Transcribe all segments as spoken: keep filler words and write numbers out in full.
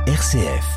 R C F.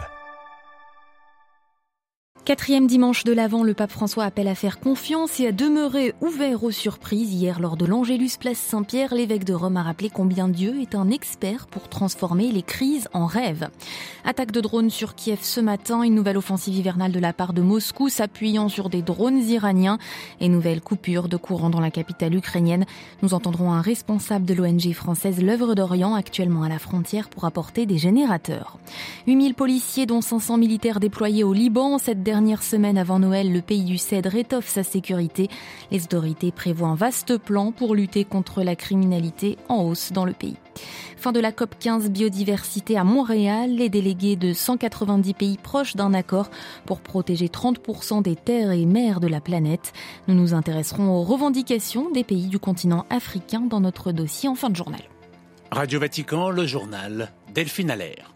Quatrième dimanche de l'Avent, le pape François appelle à faire confiance et à demeurer ouvert aux surprises. Hier, lors de l'Angélus place Saint-Pierre, l'évêque de Rome a rappelé combien Dieu est un expert pour transformer les crises en rêves. Attaque de drones sur Kiev ce matin, une nouvelle offensive hivernale de la part de Moscou s'appuyant sur des drones iraniens et nouvelle coupure de courant dans la capitale ukrainienne. Nous entendrons un responsable de l'O N G française L'Œuvre d'Orient, actuellement à la frontière pour apporter des générateurs. huit mille policiers, dont cinq cents militaires déployés au Liban. Cette dernière semaine avant Noël, le pays du Cèdre étoffe sa sécurité. Les autorités prévoient un vaste plan pour lutter contre la criminalité en hausse dans le pays. Fin de la COP quinze biodiversité à Montréal. Les délégués de cent quatre-vingt-dix pays proches d'un accord pour protéger trente pour cent des terres et mers de la planète. Nous nous intéresserons aux revendications des pays du continent africain dans notre dossier en fin de journal. Radio Vatican, le journal, Delphine Allaire.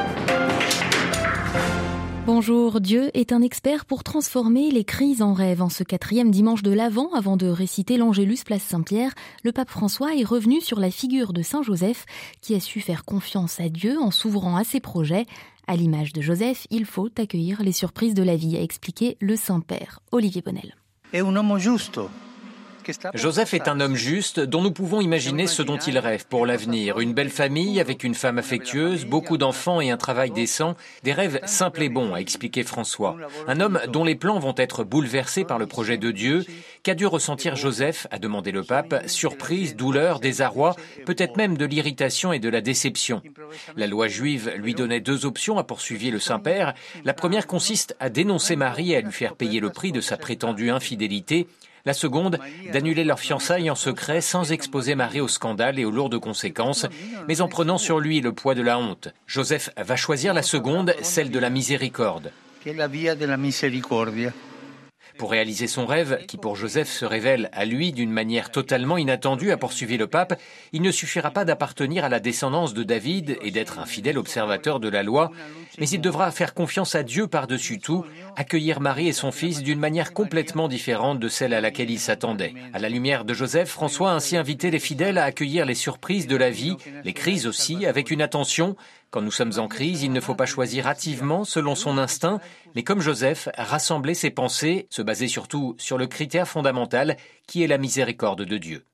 Bonjour, Dieu est un expert pour transformer les crises en rêves. En ce quatrième dimanche de l'Avent, avant de réciter l'Angélus place Saint-Pierre, le pape François est revenu sur la figure de Saint Joseph qui a su faire confiance à Dieu en s'ouvrant à ses projets. À l'image de Joseph, il faut accueillir les surprises de la vie, a expliqué le Saint-Père Olivier Bonnel. Joseph est un homme juste dont nous pouvons imaginer ce dont il rêve pour l'avenir. Une belle famille avec une femme affectueuse, beaucoup d'enfants et un travail décent. Des rêves simples et bons, a expliqué François. Un homme dont les plans vont être bouleversés par le projet de Dieu. Qu'a dû ressentir Joseph, a demandé le pape, surprise, douleur, désarroi, peut-être même de l'irritation et de la déception. La loi juive lui donnait deux options, a poursuivi le Saint-Père. La première consiste à dénoncer Marie et à lui faire payer le prix de sa prétendue infidélité. La seconde, d'annuler leur fiançailles en secret sans exposer Marie au scandale et aux lourdes conséquences, mais en prenant sur lui le poids de la honte. Joseph va choisir la seconde, celle de la miséricorde. Pour réaliser son rêve, qui pour Joseph se révèle à lui d'une manière totalement inattendue, a poursuivi le pape, il ne suffira pas d'appartenir à la descendance de David et d'être un fidèle observateur de la loi, mais il devra faire confiance à Dieu par-dessus tout, accueillir Marie et son fils d'une manière complètement différente de celle à laquelle il s'attendait. À la lumière de Joseph, François a ainsi invité les fidèles à accueillir les surprises de la vie, les crises aussi, avec une attention. Quand nous sommes en crise, il ne faut pas choisir hâtivement selon son instinct, mais comme Joseph, rassembler ses pensées, se baser surtout sur le critère fondamental qui est la miséricorde de Dieu.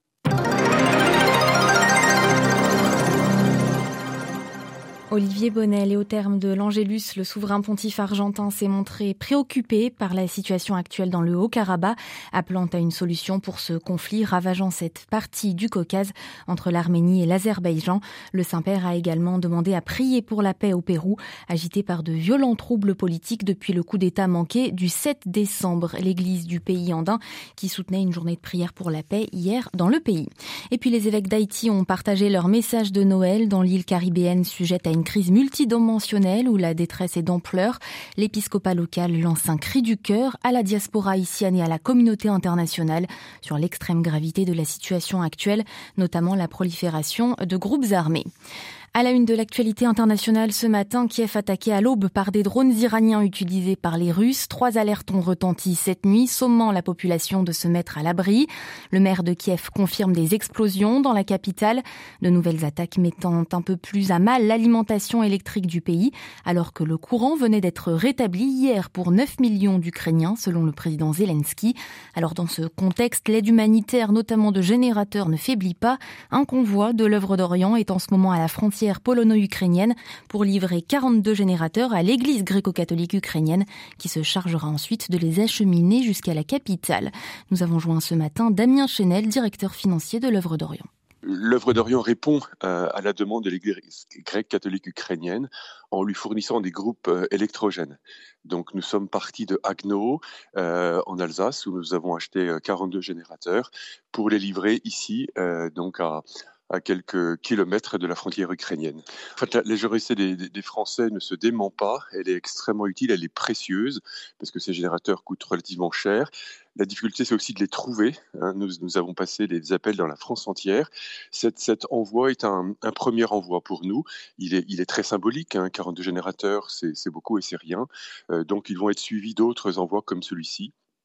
Olivier Bonnel, et au terme de l'Angélus, le souverain pontife argentin s'est montré préoccupé par la situation actuelle dans le Haut-Karabakh, appelant à une solution pour ce conflit ravageant cette partie du Caucase entre l'Arménie et l'Azerbaïdjan. Le Saint-Père a également demandé à prier pour la paix au Pérou, agité par de violents troubles politiques depuis le coup d'État manqué du sept décembre. L'église du pays andin qui soutenait une journée de prière pour la paix hier dans le pays. Et puis les évêques d'Haïti ont partagé leur message de Noël dans l'île caribéenne sujette à une crise multidimensionnelle où la détresse est d'ampleur. L'épiscopat local lance un cri du cœur à la diaspora haïtienne et à la communauté internationale sur l'extrême gravité de la situation actuelle, notamment la prolifération de groupes armés. À la une de l'actualité internationale ce matin, Kiev attaqué à l'aube par des drones iraniens utilisés par les Russes. Trois alertes ont retenti cette nuit, sommant la population de se mettre à l'abri. Le maire de Kiev confirme des explosions dans la capitale. De nouvelles attaques mettant un peu plus à mal l'alimentation électrique du pays, alors que le courant venait d'être rétabli hier pour neuf millions d'Ukrainiens, selon le président Zelensky. Alors dans ce contexte, l'aide humanitaire, notamment de générateurs, ne faiblit pas. Un convoi de l'Œuvre d'Orient est en ce moment à la frontière polono-ukrainienne pour livrer quarante-deux générateurs à l'église gréco-catholique ukrainienne qui se chargera ensuite de les acheminer jusqu'à la capitale. Nous avons joint ce matin Damien Chenel, directeur financier de l'Œuvre d'Orient. L'Œuvre d'Orient répond euh, à la demande de l'Église grecque catholique ukrainienne en lui fournissant des groupes euh, électrogènes. Donc nous sommes partis de Haguenau, euh, en Alsace, où nous avons acheté euh, quarante-deux générateurs pour les livrer ici, euh, donc à à quelques kilomètres de la frontière ukrainienne. En fait, la, la générosité des, des, des Français ne se dément pas, elle est extrêmement utile, elle est précieuse, parce que ces générateurs coûtent relativement cher. La difficulté, c'est aussi de les trouver. Hein. Nous, nous avons passé des appels dans la France entière. Cet, cet envoi est un, un premier envoi pour nous. Il est, il est très symbolique. Hein. quarante-deux générateurs, c'est, c'est beaucoup et c'est rien. Euh, donc, ils vont être suivis d'autres envois comme celui-ci.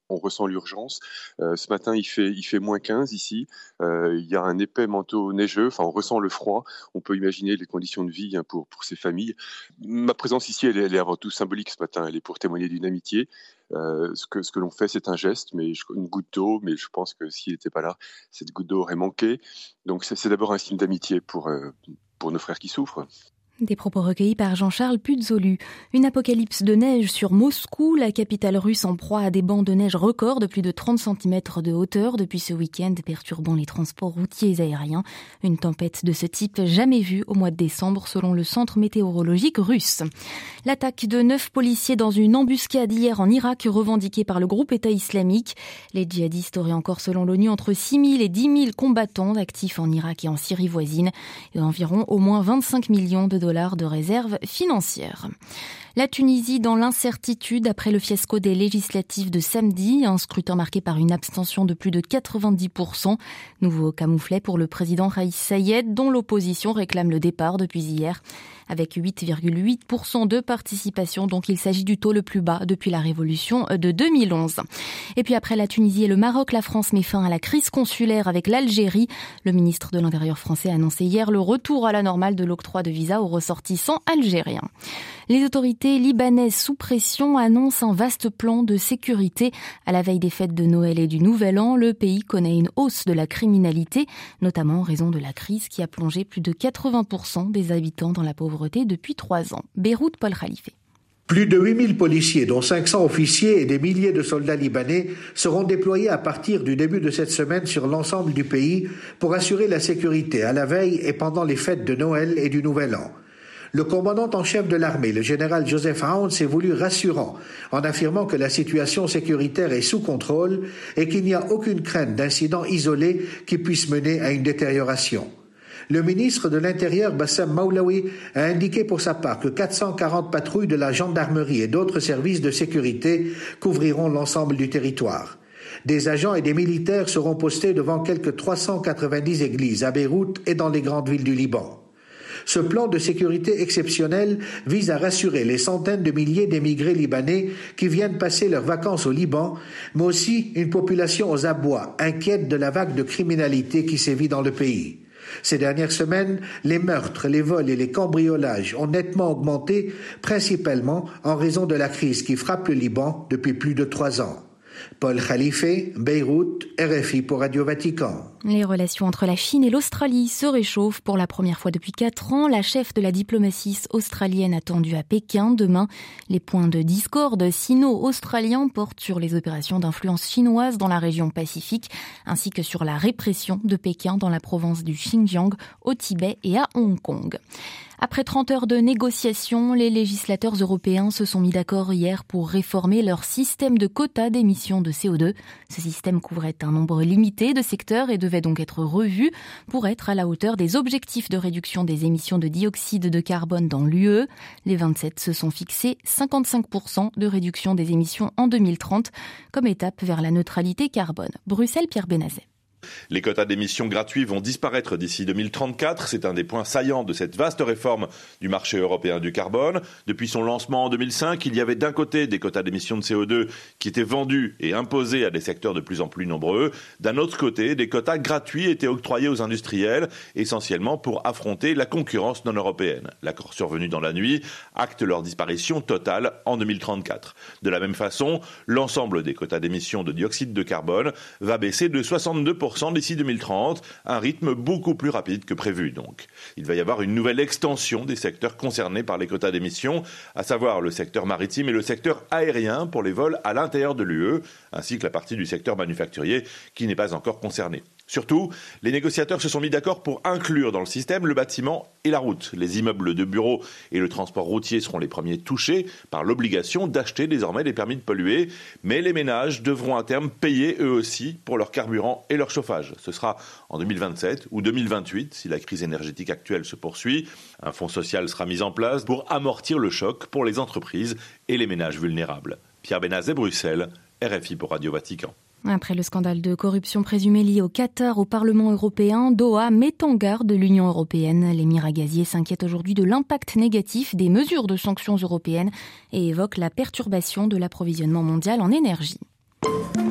on ressent l'urgence. Euh, ce matin, il fait, il fait moins quinze ici. Euh, il y a un épais manteau neigeux. Enfin, on ressent le froid. On peut imaginer les conditions de vie hein, pour, pour ces familles. Ma présence ici, elle est, elle est avant tout symbolique ce matin. Elle est pour témoigner d'une amitié. Euh, ce que, ce que l'on fait, c'est un geste, mais je, une goutte d'eau. Mais je pense que s'il n'était pas là, cette goutte d'eau aurait manqué. Donc, c'est, c'est d'abord un signe d'amitié pour, euh, pour nos frères qui souffrent. Des propos recueillis par Jean-Charles Puzolu. Une apocalypse de neige sur Moscou, la capitale russe en proie à des bancs de neige records de plus de trente centimètres de hauteur depuis ce week-end, perturbant les transports routiers et aériens. Une tempête de ce type jamais vue au mois de décembre selon le centre météorologique russe. L'attaque de neuf policiers dans une embuscade hier en Irak revendiquée par le groupe État islamique. Les djihadistes auraient encore selon l'ONU entre six mille et dix mille combattants actifs en Irak et en Syrie voisine et environ au moins vingt-cinq millions de dollars de réserves financières. La Tunisie dans l'incertitude après le fiasco des législatives de samedi, un scrutin marqué par une abstention de plus de quatre-vingt-dix pour cent. Nouveau camouflet pour le président Raïs Sayed, dont l'opposition réclame le départ depuis hier. Avec huit virgule huit pour cent de participation, donc il s'agit du taux le plus bas depuis la révolution de deux mille onze. Et puis après la Tunisie et le Maroc, la France met fin à la crise consulaire avec l'Algérie. Le ministre de l'Intérieur français a annoncé hier le retour à la normale de l'octroi de visa aux ressortissants algériens. Les autorités libanaises sous pression annoncent un vaste plan de sécurité. À la veille des fêtes de Noël et du Nouvel An, le pays connaît une hausse de la criminalité, notamment en raison de la crise qui a plongé plus de quatre-vingts pour cent des habitants dans la pauvreté depuis trois ans. Beyrouth, Paul Khalife. Plus de huit mille policiers, dont cinq cents officiers et des milliers de soldats libanais, seront déployés à partir du début de cette semaine sur l'ensemble du pays pour assurer la sécurité à la veille et pendant les fêtes de Noël et du Nouvel An. Le commandant en chef de l'armée, le général Joseph Aoun, s'est voulu rassurant en affirmant que la situation sécuritaire est sous contrôle et qu'il n'y a aucune crainte d'incidents isolés qui puissent mener à une détérioration. Le ministre de l'Intérieur, Bassam Maulaoui, a indiqué pour sa part que quatre cent quarante patrouilles de la gendarmerie et d'autres services de sécurité couvriront l'ensemble du territoire. Des agents et des militaires seront postés devant quelques trois cent quatre-vingt-dix églises à Beyrouth et dans les grandes villes du Liban. Ce plan de sécurité exceptionnel vise à rassurer les centaines de milliers d'émigrés libanais qui viennent passer leurs vacances au Liban, mais aussi une population aux abois, inquiète de la vague de criminalité qui sévit dans le pays. Ces dernières semaines, les meurtres, les vols et les cambriolages ont nettement augmenté, principalement en raison de la crise qui frappe le Liban depuis plus de trois ans. Paul Khalife, Beyrouth, R F I pour Radio Vatican. Les relations entre la Chine et l'Australie se réchauffent pour la première fois depuis quatre ans. La chef de la diplomatie australienne attendue à Pékin demain. Les points de discorde sino-australiens portent sur les opérations d'influence chinoise dans la région Pacifique, ainsi que sur la répression de Pékin dans la province du Xinjiang, au Tibet et à Hong Kong. Après trente heures de négociations, les législateurs européens se sont mis d'accord hier pour réformer leur système de quotas d'émissions de C O deux. Ce système couvrait un nombre limité de secteurs et devait donc être revu pour être à la hauteur des objectifs de réduction des émissions de dioxyde de carbone dans l'U E. Les vingt-sept se sont fixés cinquante-cinq pour cent de réduction des émissions en deux mille trente comme étape vers la neutralité carbone. Bruxelles, Pierre Benazet. Les quotas d'émissions gratuits vont disparaître d'ici deux mille trente-quatre. C'est un des points saillants de cette vaste réforme du marché européen du carbone. Depuis son lancement en deux mille cinq, il y avait d'un côté des quotas d'émissions de C O deux qui étaient vendus et imposés à des secteurs de plus en plus nombreux. D'un autre côté, des quotas gratuits étaient octroyés aux industriels, essentiellement pour affronter la concurrence non européenne. L'accord survenu dans la nuit acte leur disparition totale en deux mille trente-quatre. De la même façon, l'ensemble des quotas d'émissions de dioxyde de carbone va baisser de soixante-deux pour cent d'ici deux mille trente, un rythme beaucoup plus rapide que prévu donc. Il va y avoir une nouvelle extension des secteurs concernés par les quotas d'émissions, à savoir le secteur maritime et le secteur aérien pour les vols à l'intérieur de l'U E, ainsi que la partie du secteur manufacturier qui n'est pas encore concernée. Surtout, les négociateurs se sont mis d'accord pour inclure dans le système le bâtiment et la route. Les immeubles de bureaux et le transport routier seront les premiers touchés par l'obligation d'acheter désormais des permis de polluer. Mais les ménages devront à terme payer eux aussi pour leur carburant et leur chauffage. Ce sera en deux mille vingt-sept ou deux mille vingt-huit si la crise énergétique actuelle se poursuit. Un fonds social sera mis en place pour amortir le choc pour les entreprises et les ménages vulnérables. Pierre Benazet, Bruxelles, R F I pour Radio Vatican. Après le scandale de corruption présumé lié au Qatar au Parlement européen, Doha met en garde l'Union européenne. L'émirat gazier s'inquiète aujourd'hui de l'impact négatif des mesures de sanctions européennes et évoque la perturbation de l'approvisionnement mondial en énergie.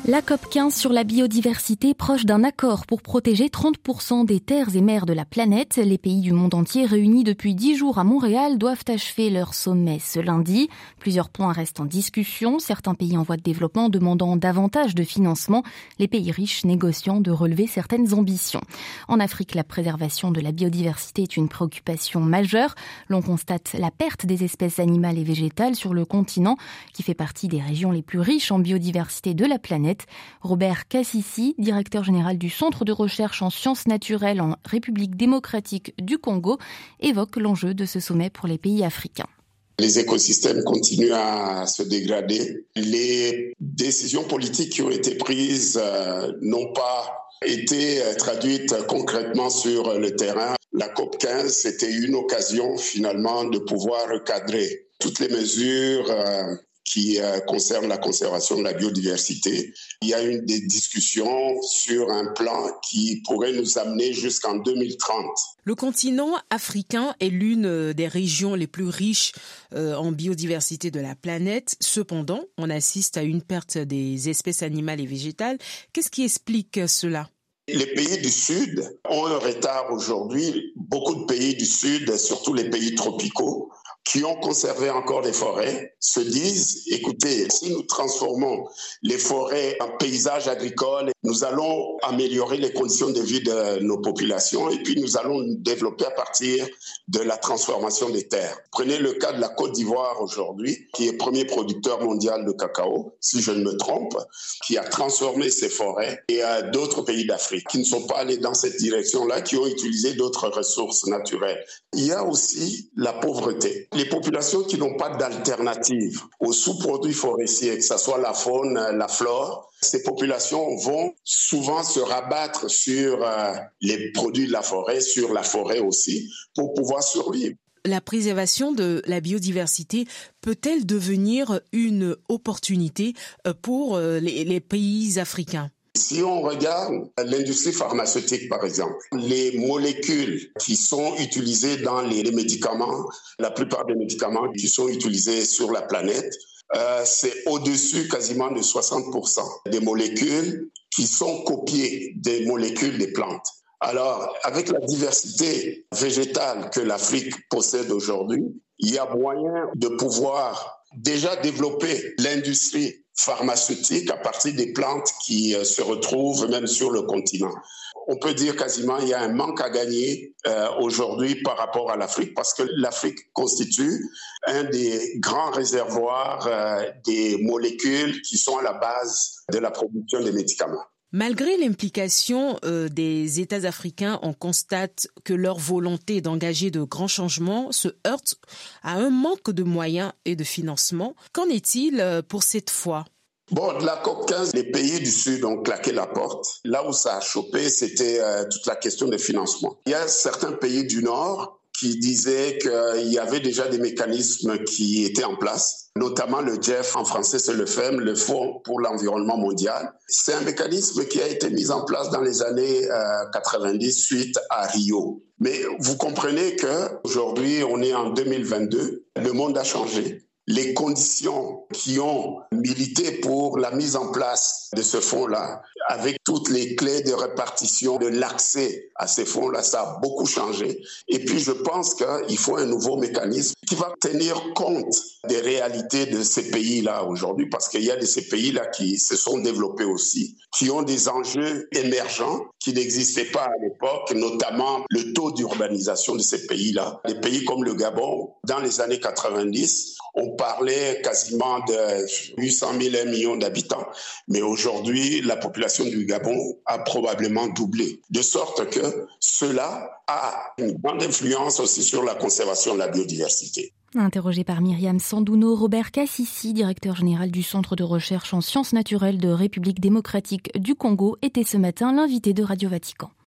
La COP quinze sur la biodiversité, proche d'un accord pour protéger trente pour cent des terres et mers de la planète. Les pays du monde entier réunis depuis dix jours à Montréal doivent achever leur sommet ce lundi. Plusieurs points restent en discussion. Certains pays en voie de développement demandant davantage de financement. Les pays riches négociant de relever certaines ambitions. En Afrique, la préservation de la biodiversité est une préoccupation majeure. L'on constate la perte des espèces animales et végétales sur le continent, qui fait partie des régions les plus riches en biodiversité de la planète. Robert Kassisi, directeur général du Centre de recherche en sciences naturelles en République démocratique du Congo, évoque l'enjeu de ce sommet pour les pays africains. Les écosystèmes continuent à se dégrader. Les décisions politiques qui ont été prises euh, n'ont pas été traduites concrètement sur le terrain. La COP quinze, c'était une occasion finalement de pouvoir recadrer toutes les mesures euh, qui euh, concerne la conservation de la biodiversité. Il y a eu des discussions sur un plan qui pourrait nous amener jusqu'en deux mille trente. Le continent africain est l'une des régions les plus riches euh, en biodiversité de la planète. Cependant, on assiste à une perte des espèces animales et végétales. Qu'est-ce qui explique cela ? Les pays du Sud ont un retard aujourd'hui. Beaucoup de pays du Sud, surtout les pays tropicaux, qui ont conservé encore des forêts, se disent, écoutez, si nous transformons les forêts en paysages agricoles, nous allons améliorer les conditions de vie de nos populations et puis nous allons nous développer à partir de la transformation des terres. Prenez le cas de la Côte d'Ivoire aujourd'hui, qui est premier producteur mondial de cacao, si je ne me trompe, qui a transformé ses forêts, et euh, d'autres pays d'Afrique qui ne sont pas allés dans cette direction-là, qui ont utilisé d'autres ressources naturelles. Il y a aussi la pauvreté. Les populations qui n'ont pas d'alternative aux sous-produits forestiers, que ce soit la faune, la flore, ces populations vont souvent se rabattre sur euh, les produits de la forêt, sur la forêt aussi, pour pouvoir survivre. La préservation de la biodiversité peut-elle devenir une opportunité pour les, les pays africains ? Si on regarde l'industrie pharmaceutique, par exemple, les molécules qui sont utilisées dans les médicaments, la plupart des médicaments qui sont utilisés sur la planète, euh, c'est au-dessus quasiment de soixante pour cent des molécules qui sont copiées des molécules des plantes. Alors, avec la diversité végétale que l'Afrique possède aujourd'hui, il y a moyen de pouvoir déjà développer l'industrie pharmaceutique à partir des plantes qui euh, se retrouvent même sur le continent. On peut dire quasiment qu'il y a un manque à gagner euh, aujourd'hui par rapport à l'Afrique parce que l'Afrique constitue un des grands réservoirs euh, des molécules qui sont à la base de la production des médicaments. Malgré l'implication euh, des États africains, on constate que leur volonté d'engager de grands changements se heurte à un manque de moyens et de financement. Qu'en est-il euh, pour cette fois ? Bon, de la COP quinze, les pays du Sud ont claqué la porte. Là où ça a chopé, c'était euh, toute la question des financements. Il y a certains pays du Nord qui disaient qu'il y avait déjà des mécanismes qui étaient en place, notamment le J E F, en français c'est le F E M, le Fonds pour l'environnement mondial. C'est un mécanisme qui a été mis en place dans les années euh, quatre-vingt-dix suite à Rio. Mais vous comprenez qu'aujourd'hui, on est en deux mille vingt-deux, le monde a changé. Les conditions qui ont milité pour la mise en place de ce fonds-là, avec toutes les clés de répartition de l'accès à ces fonds-là, ça a beaucoup changé. Et puis, je pense qu'il faut un nouveau mécanisme qui va tenir compte des réalités de ces pays-là aujourd'hui, parce qu'il y a de ces pays-là qui se sont développés aussi, qui ont des enjeux émergents qui n'existaient pas à l'époque, notamment le taux d'urbanisation de ces pays-là. Des pays comme le Gabon, dans les années quatre-vingt-dix, on parlait quasiment de huit cent mille, un million d'habitants. Mais aujourd'hui, la population du Gabon a probablement doublé. De sorte que cela a une grande influence aussi sur la conservation de la biodiversité. Interrogé par Myriam Sandouno, Robert Kassisi, directeur général du Centre de recherche en sciences naturelles de République démocratique du Congo, était ce matin l'invité de Radio Vatican.